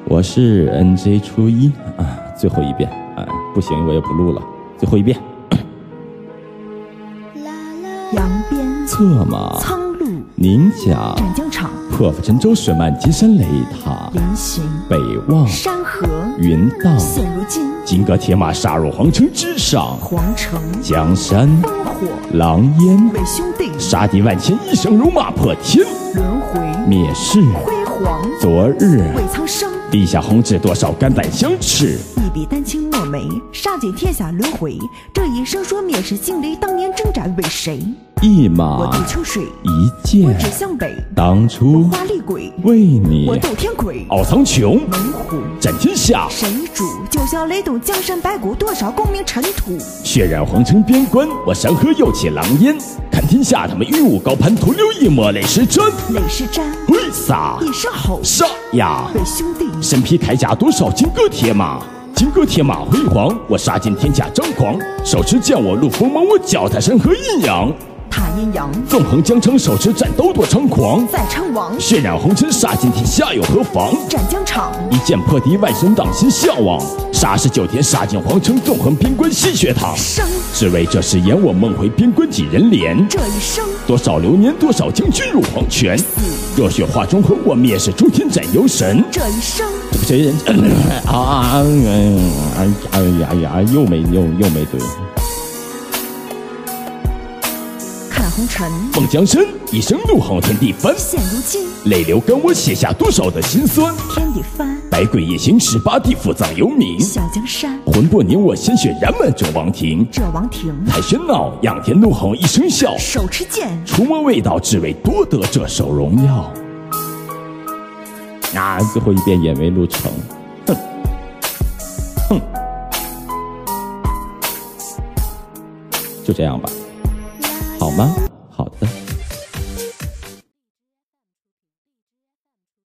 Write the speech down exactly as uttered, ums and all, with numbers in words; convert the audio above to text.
我是 N J 初一啊，最后一遍啊，不行我也不录了，最后一遍。 扬鞭策马苍鹭宁甲， 斩将场破釜沉舟，水漫金山雷塔。 临行北望山河云荡， 现如今金戈铁马杀入皇城之上。 皇城江山烽火狼烟， 为兄弟杀敌万千，一声戎马破天。 轮回灭世辉煌昨日， 为苍生。 立下宏志，多少肝胆相斥。 一笔丹青墨眉，杀尽天下轮回。这一生说灭世惊雷，当年征战为谁？ 一马我渡秋水， 一我剑， 指向北。 当初花厉鬼， 为你我斗天魁。 傲苍穹， 猛虎战天下。 谁主？九霄雷动，江山白骨，多少功名尘土。 血染皇城边关，我山河又起狼烟。看天下，他们玉物高攀，徒留一抹泪湿沾。 泪湿沾， 挥洒一声吼， 杀呀！ 为兄弟身披铠甲，多少金戈铁马。金戈铁马辉煌，我杀尽天下张狂。手持剑，我路锋芒，我脚踏山河阴阳。 踏阴阳， 纵横江城，手持战刀多猖狂。 在称王， 血染红尘，杀尽天下又何妨？ 斩将场， 一剑破敌，万神荡心向往。杀时九天，杀进皇城，纵横边关吸血淌。 生只为这誓言，我梦回边关几人怜。 这一生， 多少流年，多少将军入黄泉。热血化中魂，我灭世诛天斩妖神。 这一生， 谁人啊啊哎呀呀，又没又又没对。 看红尘， 梦江山，一声怒吼天地翻。 现如今泪流干我写下多少的心酸。 天地翻， 百鬼夜行，十八地府葬幽冥。 小江山， 魂魄凝我，鲜血染满这王庭。 这王庭， 太喧闹，仰天怒吼一声笑。 手持剑， 除魔未到，只为夺得这首荣耀。啊，最后一遍也没录成，哼，哼，就这样吧，好吗？